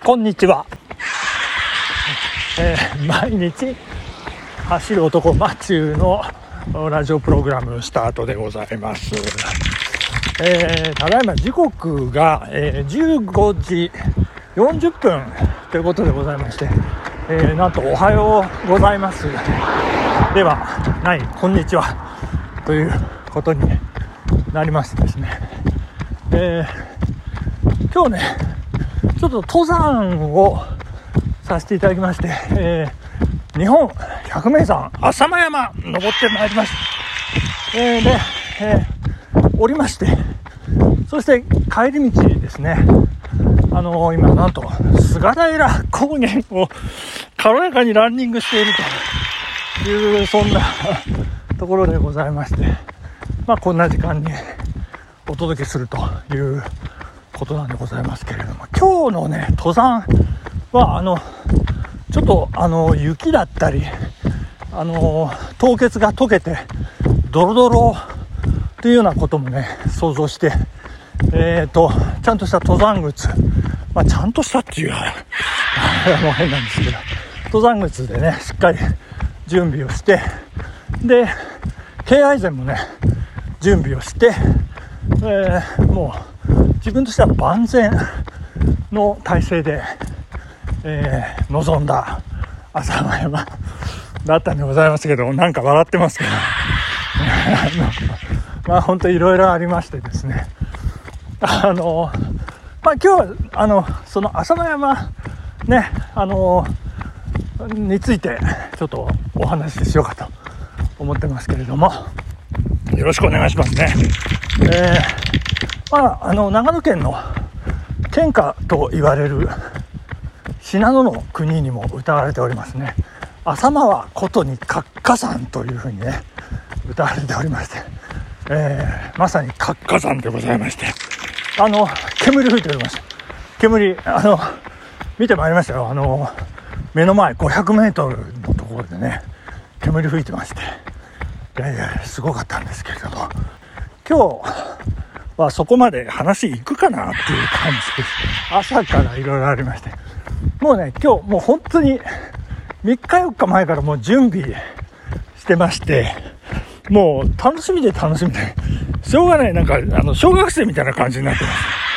こんにちは。毎日走る男マチューのラジオプログラムスタートでございます。ただいま時刻が、15時40分ということでございまして、なんとおはようございますではない、こんにちはということになりましてですね、今日ねちょっと登山をさせていただきまして、日本百名山浅間山登ってまいりました。で、降りまして、そして帰り道ですね、今なんと菅平高原を軽やかにランニングしているという、そんなところでございまして、こんな時間にお届けするということなんでございますけれども、今日のね登山はちょっと雪だったり凍結が溶けてドロドロっていうようなこともね想像して、ちゃんとした登山靴、ちゃんとしたっていうもう変なんですけど、登山靴でねしっかり準備をして、で敬愛膳もね準備をして、もう自分としては万全の体制で、臨んだ浅間山だったんでございますけど、なんか笑ってますけど本当にいろいろありましてですね、今日はその浅間山ねについてちょっとお話ししようかと思ってますけれども、よろしくお願いしますね。長野県の県下と言われる信濃の国にも歌われておりますね、浅間はことに活火山というふうにね歌われておりまして、まさに活火山でございまして、煙吹いておりました。煙見てまいりましたよ。目の前500メートルのところでね煙吹いてまして、すごかったんですけれども、今日はそこまで話行くかなっていう感じです。朝からいろいろありまして、もうね今日もう本当に3日4日前からもう準備してまして、もう楽しみでしょうがない、なんか小学生みたいな感じになってます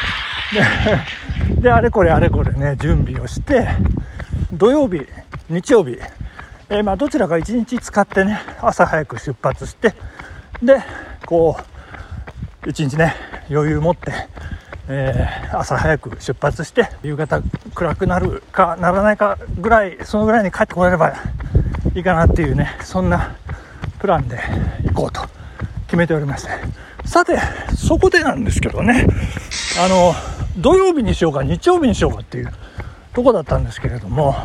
。であれこれね準備をして、土曜日日曜日、どちらか1日使ってね朝早く出発して、でこう1日ね余裕持って、朝早く出発して夕方暗くなるかならないかぐらい、そのぐらいに帰ってこれればいいかなっていうね、そんなプランで行こうと決めておりまして、さてそこでなんですけどね、土曜日にしようか日曜日にしようかっていうとこだったんですけれども、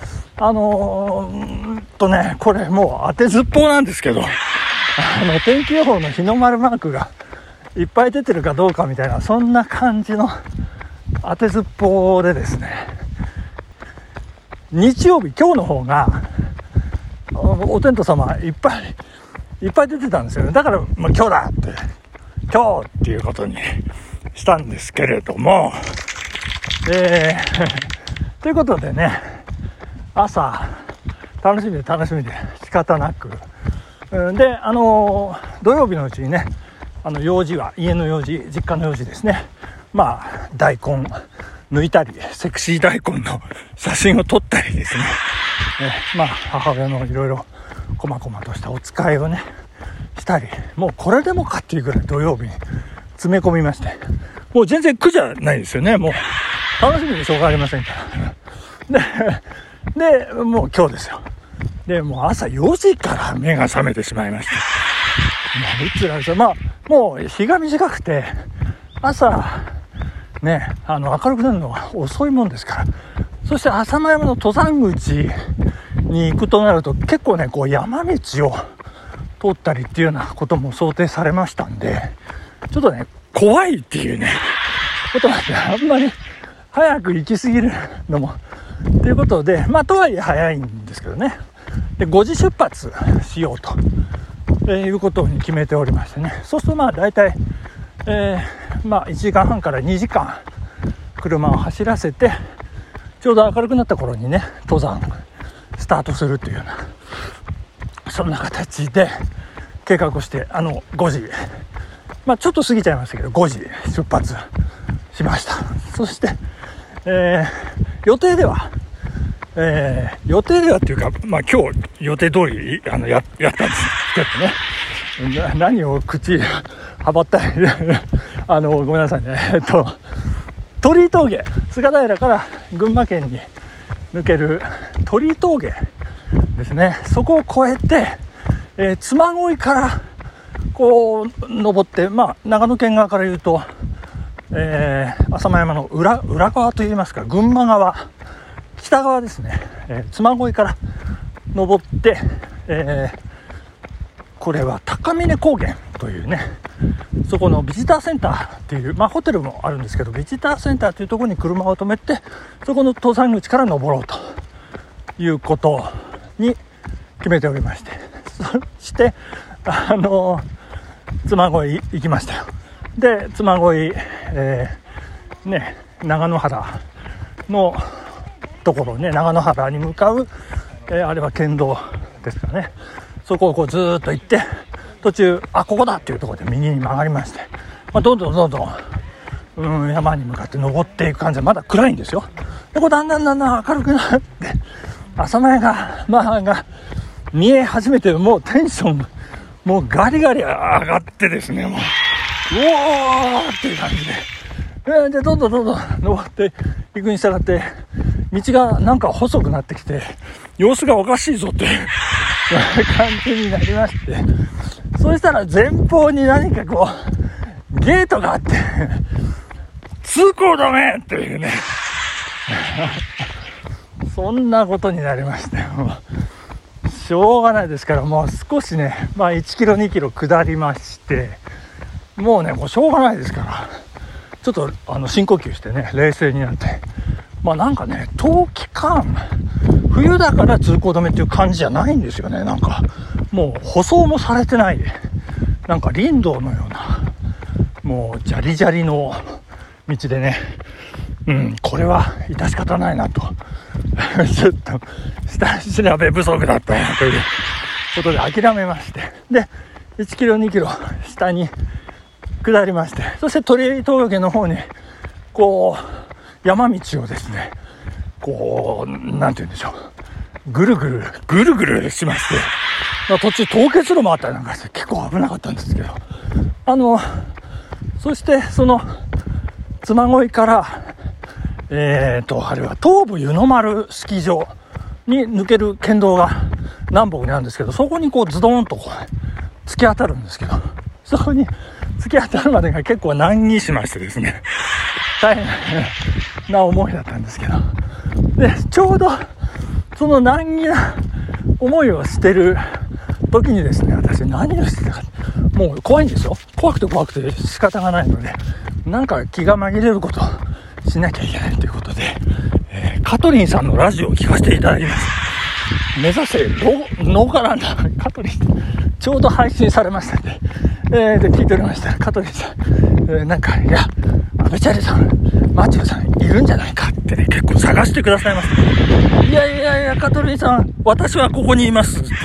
これもう当てずっぽうなんですけど、天気予報の日の丸マークがいっぱい出てるかどうかみたいな、そんな感じの当てずっぽうでですね、日曜日今日の方がお天道様いっぱい出てたんですよね。だから、今日だって今日っていうことにしたんですけれども、ということでね、朝楽しみで仕方なく、で土曜日のうちにね用事は家の用事、実家の用事ですね、大根抜いたりセクシー大根の写真を撮ったりですね、母親のいろいろこまこまとしたお使いをねしたり、もうこれでもかっていうぐらい土曜日に詰め込みまして、もう全然苦じゃないですよね。もう楽しみでしょうがありませんからでもう今日ですよ。でもう朝4時から目が覚めてしまいまして、いつらですよ。もう日が短くて朝ね明るくなるのは遅いもんですから、そして浅間山の登山口に行くとなると結構ねこう山道を通ったりっていうようなことも想定されましたんで、ちょっとね怖いっていうねことなんで、あんまり早く行き過ぎるのもということで、とはいえ早いんですけどね、で5時出発しようと、いうことに決めておりましてね、そうすると大体、1時間半から2時間車を走らせてちょうど明るくなった頃にね登山スタートするっていうようなそんな形で計画をして5時ちょっと過ぎちゃいましたけど5時出発しました。そして、予定ではっていうか、今日予定通りやったんですけどね、何を口はばったりごめんなさいね。鳥居峠、菅平から群馬県に抜ける鳥居峠ですね。そこを越えて、嬬恋からこう登って、長野県側から言うと、浅間山の裏側といいますか、群馬側北側ですね、嬬恋から登って、これは高峰高原というね、そこのビジターセンターっていう、ホテルもあるんですけど、ビジターセンターというところに車を止めて、そこの登山口から登ろうということに決めておりまして、そして嬬恋行きましたよ。で嬬恋、長野原のところね、長野原に向かう、あれは県道ですかね。そこをこうずーっと行って、途中ここだっていうところで右に曲がりまして、どんどん山に向かって登っていく感じで、まだ暗いんですよ。でこうだんだん明るくなって、朝前が見え始めて、もうテンションもうガリガリ上がってですね、もううおーっていう感じで、でどんどん登っていくに従って、道がなんか細くなってきて、様子がおかしいぞっていう感じになりまして、そしたら前方に何かこうゲートがあって通行止めっていうねそんなことになりましたよ。しょうがないですから、もう少しね、1キロ2キロ下りまして、もうしょうがないですから、ちょっと深呼吸してね、冷静になって、なんかね、冬期間冬だから通行止めっていう感じじゃないんですよね。なんかもう舗装もされてない、なんか林道のような、もうジャリジャリの道でね、これは致し方ないなとちょっと下調べ不足だったなということで諦めまして、で1キロ2キロ下に下りまして、そして鳥居峠の方にこう山道をですね、こうなんて言うんでしょう、ぐるぐるしまして、途中凍結路もあったりなんかして結構危なかったんですけど、そしてその嬬恋からあれは東武湯の丸スキー場に抜ける県道が南北にあるんですけど、そこにこうズドーンとこう突き当たるんですけど、そこに突き当たるまでが結構難儀しましてですね、大変な思いだったんですけど、でちょうどその難儀な思いをしてる時にですね、私何をしてたか、もう怖いんですよ。怖くて仕方がないので、なんか気が紛れることをしなきゃいけないということで、カトリンさんのラジオを聞かせていただきます。目指せノーカランダーカトリン、ちょうど配信されましたんで、で聞いておりました。カトリンさん、なんか、いやアベチャリさん、マチューさんいるんじゃないかってね、結構探してくださいました。いやカトリンさん、私はここにいますって、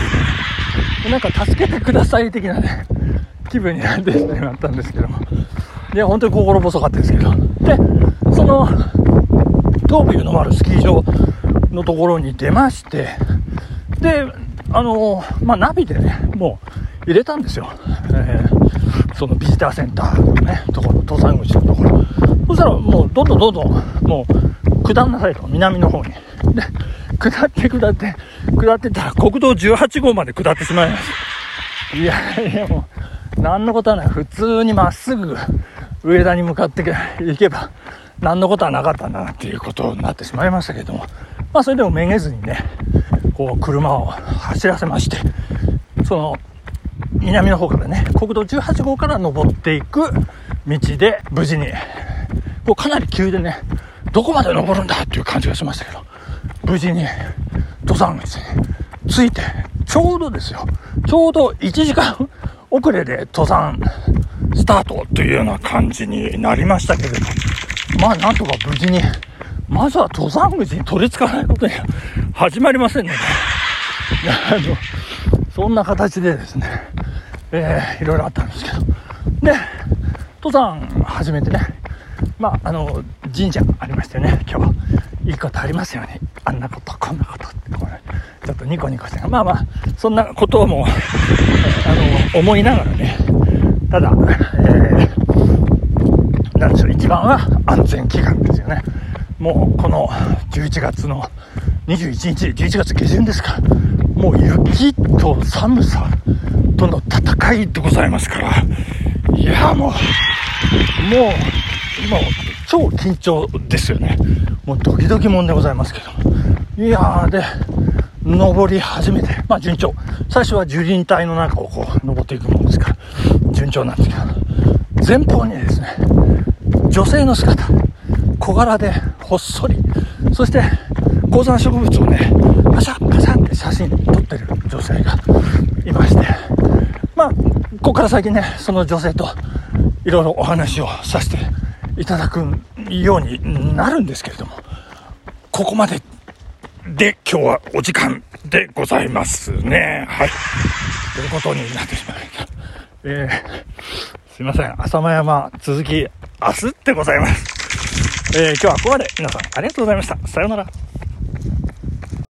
なんか助けてください的なね気分になってしまったんですけども、いや本当に心細かったですけど、でその東武湯の丸スキー場のところに出まして、でナビでねもう入れたんですよ、そのビジターセンターのねところ、登山口のところ。そしたらもうどんどんもう下んなさいと、南の方に。で下ってたら国道18号まで下ってしまいました。いやもう何のことはない、普通にまっすぐ上田に向かっていけば何のことはなかったんだなっていうことになってしまいましたけども、それでもめげずにねこう車を走らせまして、その南の方からね国道18号から登っていく道で無事にこうかなり急でね、どこまで登るんだっていう感じがしましたけど、無事に登山口に着いて、ちょうど1時間遅れで登山スタートというような感じになりましたけれど、なんとか無事にまずは登山口に取り付かないことには始まりませんので、そんな形でですね、いろいろあったんですけど、で登山始めてね、神社ありましてね、今日はいいことありますよね、あんなことこんなことってこうちょっとニコニコして、そんなことも思いながらね、ただ、なんでしょう、一番は安全祈願ですよね。もうこの11月の21日、11月下旬ですから、もう雪と寒さとの戦いでございますから、いやもう今超緊張ですよね。もうドキドキもんでございますけど、いやー、で登り始めて、順調、最初は樹林帯の中をこう登っていくもんですから順調なんですけど、前方にですね、女性の姿、小柄でほっそり、そして高山植物をねパシャパシャって写真撮ってる女性がいまして、ここから先ね、その女性といろいろお話をさせていただくようになるんですけれども、ここまでで今日はお時間でございますね。はい、ということになってしまいました。すいません、浅間山続き明日でございます。今日はここまで、皆さんありがとうございました。さようなら。